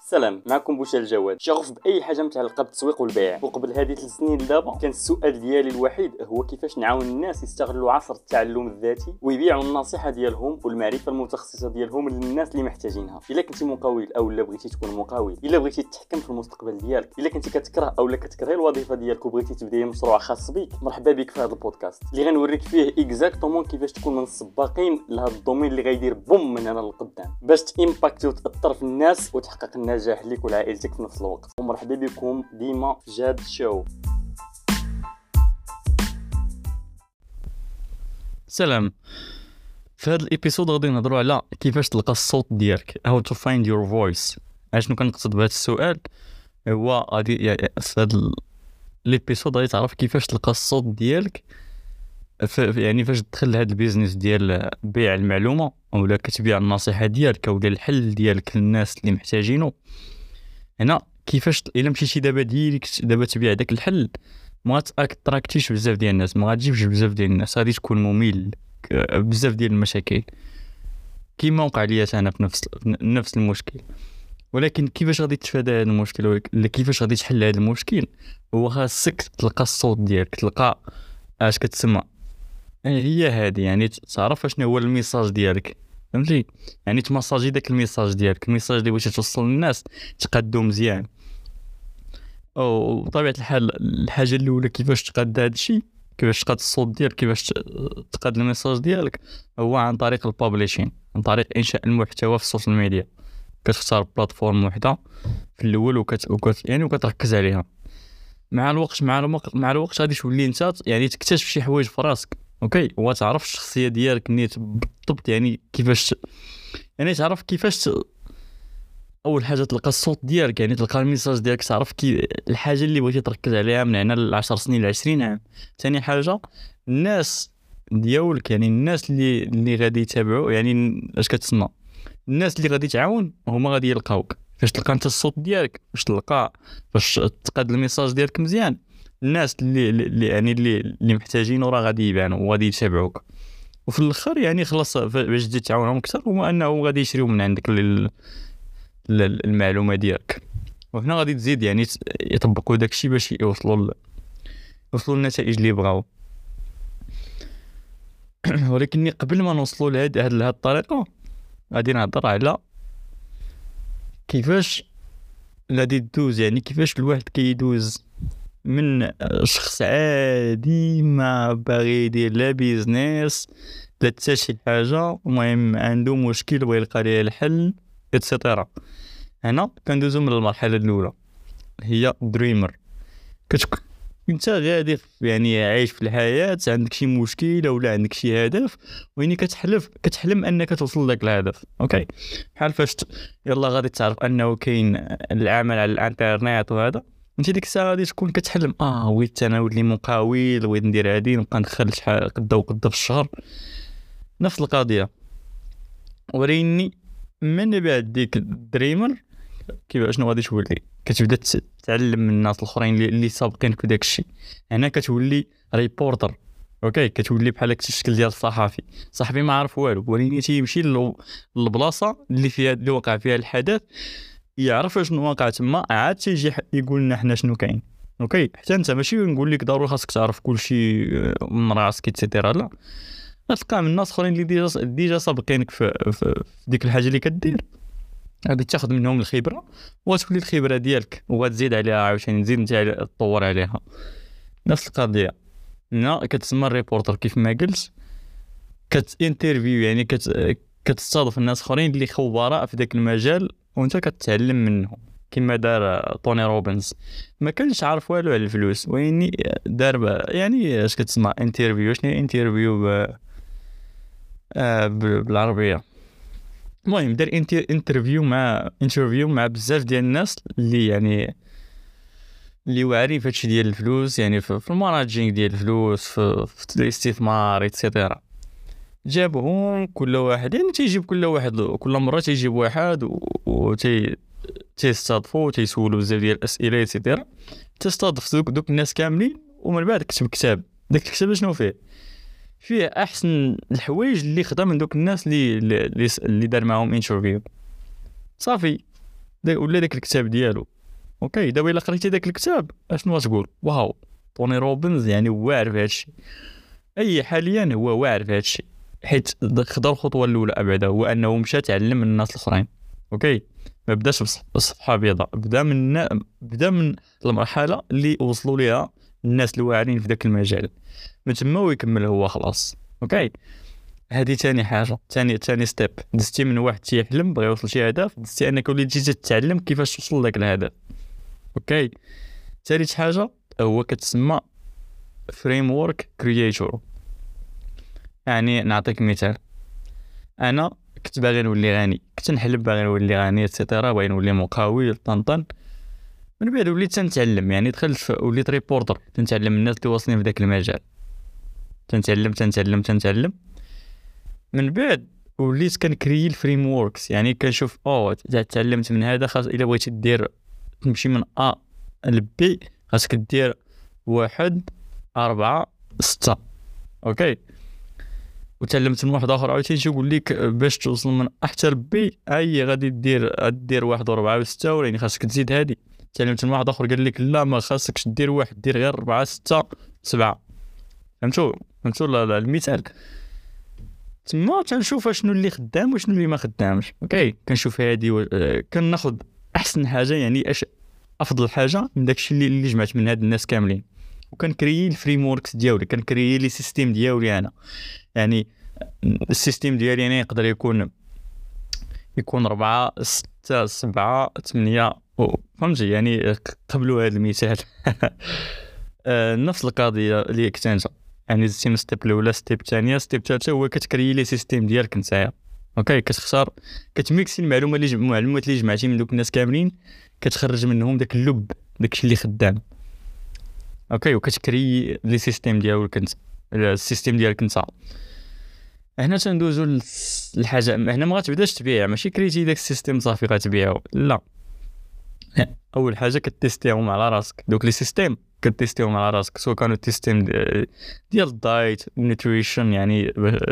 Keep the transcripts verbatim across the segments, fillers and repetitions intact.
سلام، معكم بوشال الجواد. شغوف باي حاجه متعلقه بالتسويق والبيع. وقبل هذه ثلاث سنين دابا كان السؤال ديالي الوحيد هو كيفاش نعاون الناس يستغلوا عصر التعلم الذاتي ويبيعوا النصيحه ديالهم والمعرفه المتخصصه ديالهم للناس اللي محتاجينها. الا كنتي مقاول او لا بغيتي تكون مقاول، الا بغيتي تتحكم في المستقبل ديالك، الا كنتي كتكره او لا كتكره الوظيفه ديالك وبغيتي تبداي مشروع خاص بك، مرحبا بك في هذا البودكاست اللي غنوريك فيه اكزاكتومون كيفاش تكون من السباقين لهذا الدومين اللي غيدير بوم من هنا للقدام باش تامباكتي وتاثر في الناس وتحقق النجاح ليك والعائلتك في نفس الوقت. ومرحبا بكم ديما في جاد شو. سلام. في هذا الابيسود غادي نهضروا على كيفاش تلقى الصوت ديالك، how to find your voice. اشنو كنقصد بهذا السؤال؟ هو غادي في هذا الابيسود غادي تعرف كيفاش تلقى الصوت ديالك، يعني فاش تدخل لهذا البيزنس ديال بيع المعلومه اولا كتبيع النصيحه ديالك او الحل ديالك للناس اللي محتاجينه. هنا كيفاش الا مشيتي دابا ديريكت دابا تبيع داك الحل، ما تراكتيش بزاف ديال الناس، ما غاتجيبش بزاف ديال الناس، غادي تكون ممل بزاف ديال المشاكل كيما وقع ليا انا في نفس نفس المشكل. ولكن كيفاش غادي تتفادى هذا المشكل ولا كيفاش غادي تحل هذا المشكل؟ هو خاصك تلقى الصوت ديالك، تلقى اش كتسمع هي هذه، يعني تعرف شنو هو الميساج ديالك، فهمتي؟ يعني تمساجي داك الميساج ديالك، الميساج اللي بغيتي توصل للناس تقادو مزيان. او بطبيعه الحال الحاجه الاولى كيفاش تقاد هذا الشيء، كيفاش تقاد الصوت ديالك، كيفاش تقاد الميساج ديالك، هو عن طريق البابليشين، عن طريق انشاء المحتوى في السوشيال ميديا. كتختار بلاتفورم وحده في الاول وكت, وكت يعني وكتركز عليها. مع الوقت مع الوقت مع الوقت غادي تولي انت يعني تكتشف شي حوايج في راسك، اوكي، وتعرف الشخصيه ديالك نيت بالضبط، يعني كيفاش يعني تعرف كيفاش اول حاجه تلقى الصوت ديالك، يعني تلقى الميساج ديالك، تعرف كي الحاجه اللي بغيتي تركز عليها من هنا ل عشر سنين ل عشرين عام. ثاني حاجه الناس ديالك، يعني الناس اللي اللي غادي يتابعوا، يعني اش كتسمى الناس اللي غادي تعاون هما غادي يلقاوك. فاش تلقى انت الصوت ديالك، باش تلقى باش تقاد الميساج ديالك مزيان، الناس اللي, اللي يعني اللي اللي محتاجين راه غادي يبانوا وغادي يتابعوك. وفي الاخر يعني خلاص باش تجي تعاونهم اكثر هما انه غادي يشريو من عندك لل... المعلومه ديالك. وهنا غادي تزيد يعني يطبقوا داكشي باش يوصلوا ل... يوصلوا للنتائج اللي بغاو. ولكن قبل ما نوصلوا لهاد هاد الطريقه غادي نهضر على كيفاش غادي تدوز، يعني كيفاش الواحد كيدوز من شخص عادي ما باغي يدير لا بيزنس لا حتى شي حاجه، المهم عنده مشكل بغى يلقى ليه الحل اكسيتيرا. هنا كندوزو من المرحله الاولى هي دريمر. كتكون انت غادي يعني عايش في الحياه، عندك شي مشكله ولا عندك شي هدف، ويني كتحلف كتحلم انك توصل لك الهدف، اوكي. بحال فاش يلا غادي تعرف انه كاين العمل على الانترنت وهذا، انت ديك الساعه غادي تكون كتحلم اه ويت انا نولي مقاول، بغيت ندير هادي، نبقى ندخل شحال قدا وقدا في الشهر، نفس القضيه. وريني من بعد ديك الدريمر كيفاش شنو غادي تولي، كتبدا تتعلم من الناس الاخرين اللي, اللي سابقينك في داك الشيء. هنا كتولي ريبورتر، اوكي، كتولي بحال هكا الشكل ديال الصحفي. صحفي ما عارف والو، ولكن تيمشي للبلاصه اللي فيها اللي وقع فيها الحدث، يعرف شنو واقع تما، عاد تيجي يقول لنا حنا شنو كاين، اوكي. حتى انت ماشي نقول لك ضروري خاصك تعرف كل شيء من راسك ايتترا، لا، غتلقى من الناس اخرين اللي ديجا ديجا سابقينك في, في ديك الحاجه اللي كدير، غادي تاخذ منهم الخبره وتولي الخبره ديالك وغتزيد عليها عاوتاني، تزيد انت تطور عليها. نفس القضيه هنا كتسمى الريبورتر. كيف ما قلت كتانترفيو، يعني كت كتستضيف الناس اخرين اللي خبراء في ذاك المجال وانت كتعلم منهم، كما دار توني روبنز. ما كانش عارف والو على الفلوس، ويني دار يعني اش كتسمى انترفيو. شنو انترفيو ب... آه بالعربيه؟ المهم دار انترفيو مع انترفيو مع بزاف ديال الناس اللي يعني اللي واعرين فهادشي ديال الفلوس، يعني في الماناجينغ ديال الفلوس، في, في الاستثمار ايتترا. جابهم كل واحد، يعني تيجيب كل واحد كل مره تيجيب واحد وتي تيستضيفوا تيسولوا بزاف ديال الاسئله ايتترا. تستضيف دوك, دوك الناس كاملين، ومن بعد كتب كتاب. داك الكتاب شنو فيه؟ فيه احسن الحوايج اللي خدا من دوك الناس اللي اللي, اللي دار معهم انترفيو. صافي ولا داك الكتاب ديالو. اوكي دابا الا قريتي داك الكتاب اشنو غتقول؟ واو توني روبنز يعني واعر في هادشي. اي حاليا هو واعر في هادشي، حيت خدا الخطوه الاولى ابعدا هو انه مشى تعلم من الناس الاخرين. اوكي ما بداش بصفحه بيضاء، بدا من بدا من المرحله اللي وصلوا ليها الناس الواعرين في ذاك المجال، من تما ويكمل هو خلاص. اوكي هذه ثاني حاجه، ثاني ثاني ستيب دزتي من واحد تيحلم بغى يوصل شي هدف، دزتي انك وليتي تتعلم كيفاش توصل لذاك الهدف. اوكي ثالث حاجه هو كتسمى فريم ورك كرييتور. يعني نعطيك مثال، انا كنت باغي نولي غني، كنت نحلم باغي نولي غني اتسيتيرا، باغي نولي مقاول طنطن. من بعد وليت تنتعلم، يعني دخلت وليت ريبورتر تنتعلم الناس اللي واصلين في ذاك المجال، تنتعلم تنتعلم تنتعلم من بعد وليت كنكري الفريم ووركس. يعني كنشوف او تعلمت من هذا، خاص الا بغيتي دير تمشي من ا لبي خاصك دير واحد أربعة ستة. اوكي وتعلمت من واحد اخر عاوتاني تيقول لك باش توصل من حتى لبي اي غادي دير دير واحد أربعة وستة، ولكن خاصك تزيد هذه. تعلمت من واحد اخر قال لك لا ما خاصكش دير واحد، دير غير أربعة ستة سبعة. فهمتوا فهمتوا لا المثال تما تنشوف شنو اللي خدام وشنو اللي ما خدامش. اوكي كنشوف هذه و... كناخذ احسن حاجه، يعني اش افضل حاجه من داكشي اللي, اللي جمعت من هاد الناس كاملين، وكنكري الفريم ووركس ديالي، كنكري لي سيستيم ديالي انا. يعني السيستيم ديالي انا يقدر يكون يكون أربعة ستة سبعة ثمانية، فهمتي؟ يعني قبلوا هذا المثال نفس القضيه اللي كنت انت، يعني زدتي من ستيب الاولى ستيب الثانيه ستيب الثالثه، هو كتكري لي سيستيم ديالك نتايا. اوكي كتختار كتميكسي المعلومه اللي المعلومات اللي جمعتي من دوك الناس كاملين، كتخرج منهم داك اللب داكشي اللي خدام. اوكي وكتكري لي سيستيم ديالك انت، السيستيم ديالك انت. هنا تندوزو للحاجه، هنا ما غتبداش تبيع، ماشي كريتي داك السيستيم صافي غتبيعو، لا. اول حاجه كتيستيهم على راسك، دوك لي سيستيم كتيستيهم على راسك، سواء كانوا التيستيم ديال الدايت نيوتريشن يعني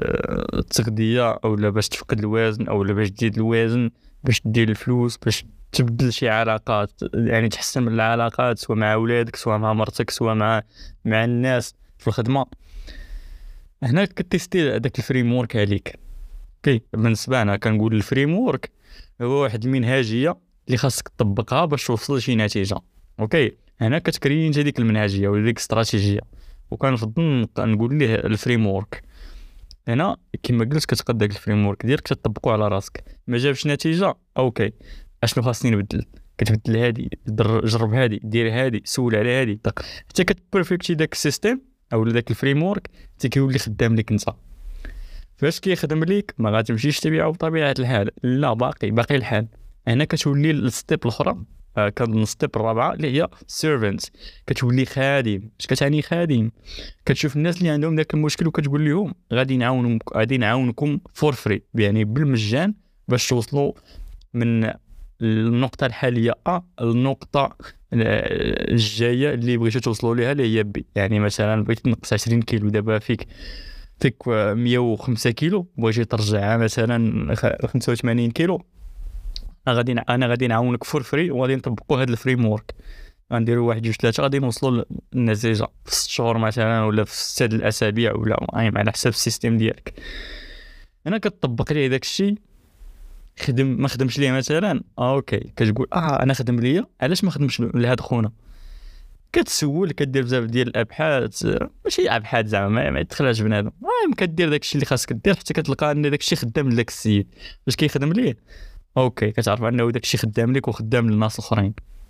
التغذيه، او لا باش تفقد الوزن، او لا باش تزيد الوزن، باش دير الفلوس، باش تبدل شي علاقات، يعني تحسن من العلاقات سواء مع اولادك سواء مع مرتك سواء مع مع الناس في الخدمه. هنا كتيستي داك الفريم وورك عليك. اوكي بالنسبه انا كنقول الفريم وورك هو واحد المنهجيه اللي خاصك تطبقها باش توصل لشي نتيجه. اوكي هنا كتكري انت ديك المنهجيه ولا ديك الاستراتيجيه، وكنفضل نقول ليه الفريم وورك. هنا كما قلت كتقاد داك الفريم وورك ديالك تطبقه على راسك، ما جابش نتيجه اوكي اشنو خاصني نبدل، كتبدل هادي، جرب هادي، دير هادي، سول على هادي، حتى كتبرفكتي داك السيستم او داك الفريم وورك حتى كيولي خدام لك انت. فاش كيخدم ليك ما غاتمشيش تبيعو بطبيعه الحال، لا باقي باقي الحال. هنا كتولي الستيب الاخرى، آه كان الستيب الرابعه اللي هي سيرفنت، كتولي خادم. اش كتعني خادم؟ كتشوف الناس اللي عندهم داك المشكل وكتقول لهم غادي نعاونكم غادي نعاونكم فور فري، يعني بالمجان، باش توصلوا من النقطه الحاليه ا النقطه الجايه اللي بغيتو توصلوا ليها اللي هي بي. يعني مثلا بغيتي تنقص عشرين كيلو، دابا فيك فيك مية وخمسة كيلو، بغيتي ترجعها مثلا خمسة وثمانين كيلو، غادي انا غادي نعاونك فور فري، وغادي نطبقوا هذا الفريم وورك. غنديروا واحد جوج ثلاثه غادي نوصلوا للنتيجه في ست شهور مثلا، ولا في ست الاسابيع، ولا المهم على حسب السيستم ديالك. انا كتطبق ليه داك الشيء. خدم ما خدمش ليه مثلا اوكي كتقول اه انا خدم ليا، علاش ما خدمش لهاد خونا؟ كتسول كدير بزاف ديال الابحاث، ماشي ابحاث زعما ما يدخلهاش بنادم، المهم كدير داك الشيء اللي خاصك دير حتى كتلقى ان داك الشيء خدام لذاك السيد. باش كيخدم ليه اوكي كتعرف انه داك الشيء خدام لك وخدام للناس الاخرين.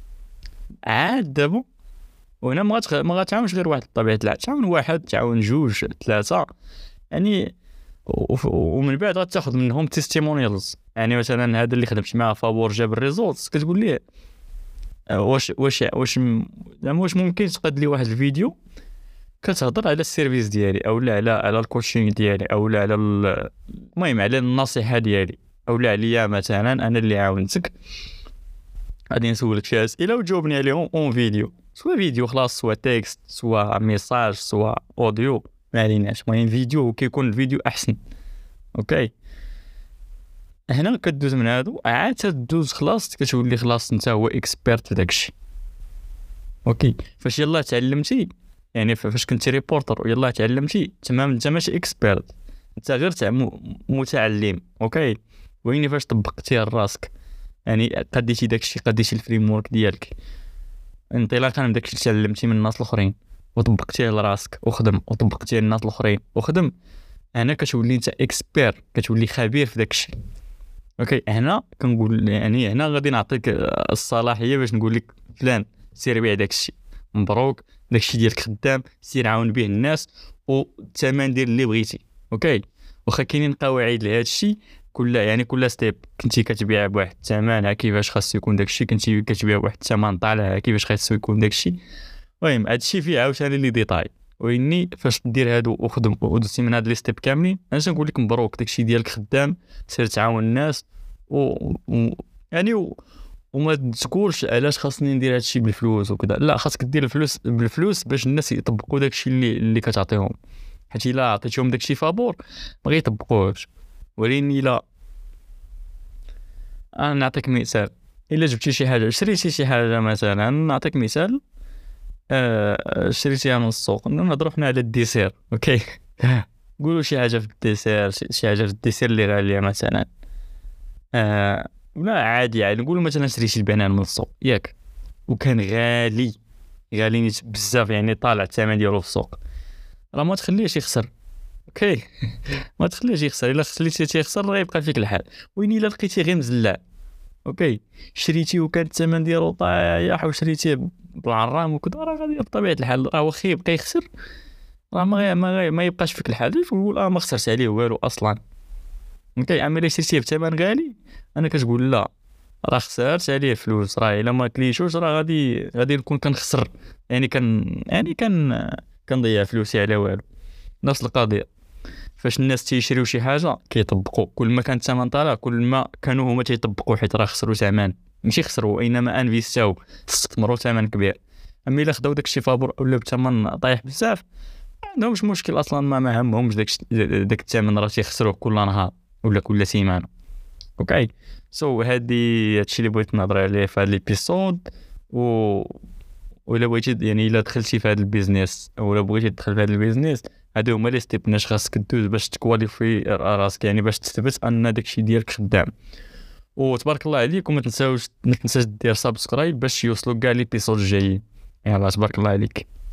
عاد دابا وهنا ما غاتخ... ما غاتعاونش غير واحد بطبيعه الحال، تعاون واحد تعاون جوج ثلاثه يعني، و... ومن بعد غتاخذ منهم تيستيمونيالز. يعني مثلا هذا اللي خدمت معاه فابور جاب الريزولتس، كتقول ليه واش واش واش زعما واش ممكن تقاد لي واحد الفيديو كتهضر على السيرفيس ديالي، او لا على على الكوتشينغ ديالي، او لا على المهم على النصيحه ديالي، او لا عليا مثلا انا اللي عاونتك. غادي نسولك شي اسئله وتجاوبني عليهم اون فيديو، سواء فيديو خلاص سواء تكست سواء ميساج سواء اوديو، ما عليناش، المهم فيديو وكيكون الفيديو احسن. اوكي هنا كدوز من هادو عاد تدوز خلاص كتولي خلاص انت هو اكسبيرت في داكشي. اوكي فاش يلاه تعلمتي يعني فاش كنتي ريبورتر ويلاه تعلمتي تمام انت ماشي اكسبيرت انت غير تاع متعلم. اوكي وين فاش طبقتي راسك يعني قديتي داكشي قديتي الفريم ورك ديالك انطلاقا من داكشي اللي تعلمتي من الناس الاخرين وطبقتيه لراسك وخدم وطبقتيه للناس الاخرين وخدم هنا كتولي انت اكسبير كتولي خبير في داكشي. اوكي هنا كنقول يعني هنا غادي نعطيك الصلاحيه باش نقول لك فلان سير بيع داكشي مبروك داكشي ديالك خدام سير عاون به الناس والثمن دير اللي بغيتي. اوكي واخا كاينين قواعد لهذا الشيء كل يعني كل ستيب كنتي كتبيع بواحد الثمن ها كيفاش خاص يكون داكشي كنتي كتبيع بواحد الثمن طالع ها كيفاش خاص يكون داكشي. المهم هادشي فيه عاوتاني لي ديتاي واني فاش دير هادو وخدم ودوزتي من هاد لي ستيب كاملين انا نقول لك مبروك داكشي ديالك خدام سير تعاون الناس و, و... يعني و... وما تقولش علاش خاصني ندير هادشي بالفلوس وكذا لا خاصك دير الفلوس بالفلوس باش الناس يطبقوا داكشي اللي اللي كتعطيهم حيت الا عطيتيهم داكشي فابور ما غيطبقوهش. ولكن الا انا نعطيك مثال الا جبتي شي حاجه شريتي شي حاجه مثلا نعطيك مثال آه شريتيها من السوق نهضروا حنا على الديسير. اوكي قولوا شي حاجه في الديسير شي حاجه في الديسير اللي غاليه مثلا آه ولا عادي يعني نقولوا مثلا شريتي البنان من السوق ياك وكان غالي غالي بزاف يعني طالع الثمن ديالو في السوق راه ما تخليهش يخسر. اوكي ما تخليهش يخسر الا خليتيه يخسر راه يبقى فيك الحال. وين الا لقيتي غير مزلع اوكي شريتي وكان الثمن ديالو طايح وشريتيه بالعرام وكذا راه غادي بطبيعه الحال راه واخا يبقى يخسر راه ما ما, ما يبقاش فيك الحال يقول اه ما خسرش عليه والو اصلا. اوكي اما الا شريتيه بثمن غالي انا كتقول لا راه خسرت عليه فلوس راه الا ما كليتوش راه غادي غادي نكون كنخسر يعني كان يعني كان كنضيع فلوسي على والو. نفس القضيه فاش الناس تيشريو شي حاجه كيطبقوا كل ما كان الثمن طالع كل ما كانوا هما تيطبقوا حيت راه خسروا ثمن ماشي خسروا وانما انفيستاو استثمروا ثمن كبير. اما الا خداو داكشي فابور ولا بثمن طايح بزاف ما عندهمش مشكل اصلا ما ما همهمش داك داك الثمن راه تيخسروه كل نهار ولا كل سيمانه. اوكي سو هادي هادشي اللي بغيت نهضر عليه في هاد ليبيسود و ولا بغيتي يعني الا دخلتي في هذا البيزنس ولا بغيتي تدخل في هذا البيزنس هادو هما لي ستيب ناش خاصك دوز باش تكواليفي راسك يعني باش تثبت ان داكشي ديالك خدام. وتبارك الله عليك وما تنساوش ما تنساش دير سبسكرايب باش يوصلوا كاع ليبيسود الجايين. يلا تبارك الله عليك.